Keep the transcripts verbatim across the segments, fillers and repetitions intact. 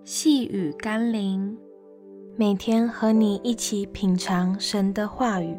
细雨甘霖，每天和你一起品尝神的话语。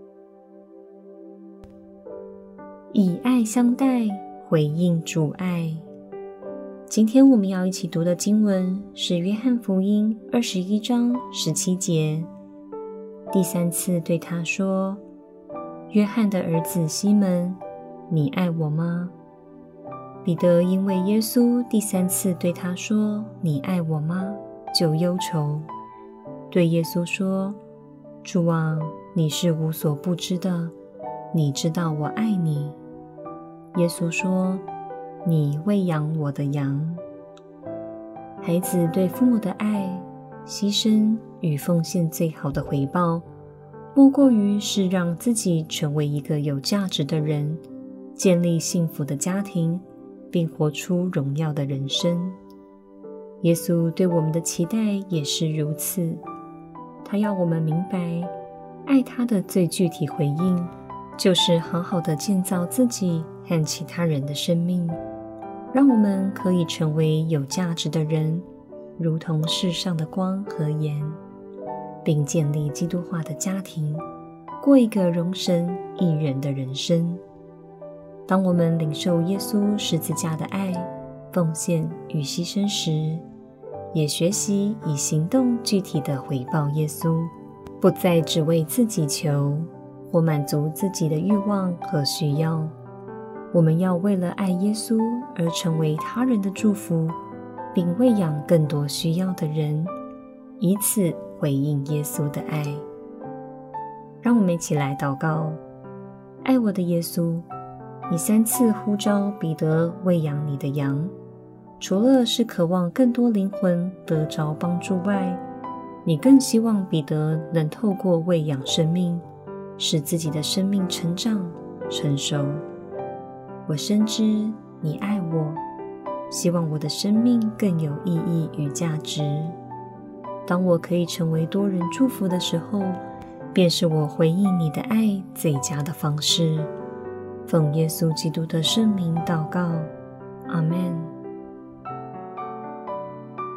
以爱相待，回应主爱。今天我们要一起读的经文是约翰福音二十一章十七节。第三次对他说：约翰的儿子西门，你爱我吗？彼得因为耶稣第三次对他说你爱我吗，就忧愁，对耶稣说：主啊，你是无所不知的，你知道我爱你。耶稣说：你喂养我的羊。孩子对父母的爱、牺牲与奉献最好的回报，莫过于是让自己成为一个有价值的人，建立幸福的家庭，并活出荣耀的人生。耶稣对我们的期待也是如此，他要我们明白，爱他的最具体回应，就是好好的建造自己和其他人的生命，让我们可以成为有价值的人，如同世上的光和盐，并建立基督化的家庭，过一个荣神益人的人生。当我们领受耶稣十字架的爱、奉献与牺牲时，也学习以行动具体的回报耶稣，不再只为自己求，或满足自己的欲望和需要。我们要为了爱耶稣而成为他人的祝福，并喂养更多需要的人，以此回应耶稣的爱。让我们一起来祷告。爱我的耶稣，你三次呼召彼得喂养你的羊，除了是渴望更多灵魂得着帮助外，你更希望彼得能透过喂养生命，使自己的生命成长成熟。我深知你爱我，希望我的生命更有意义与价值。当我可以成为多人祝福的时候，便是我回应你的爱最佳的方式。奉耶稣基督的圣名祷告，阿们。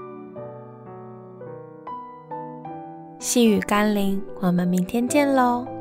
细雨甘霖，我们明天见喽。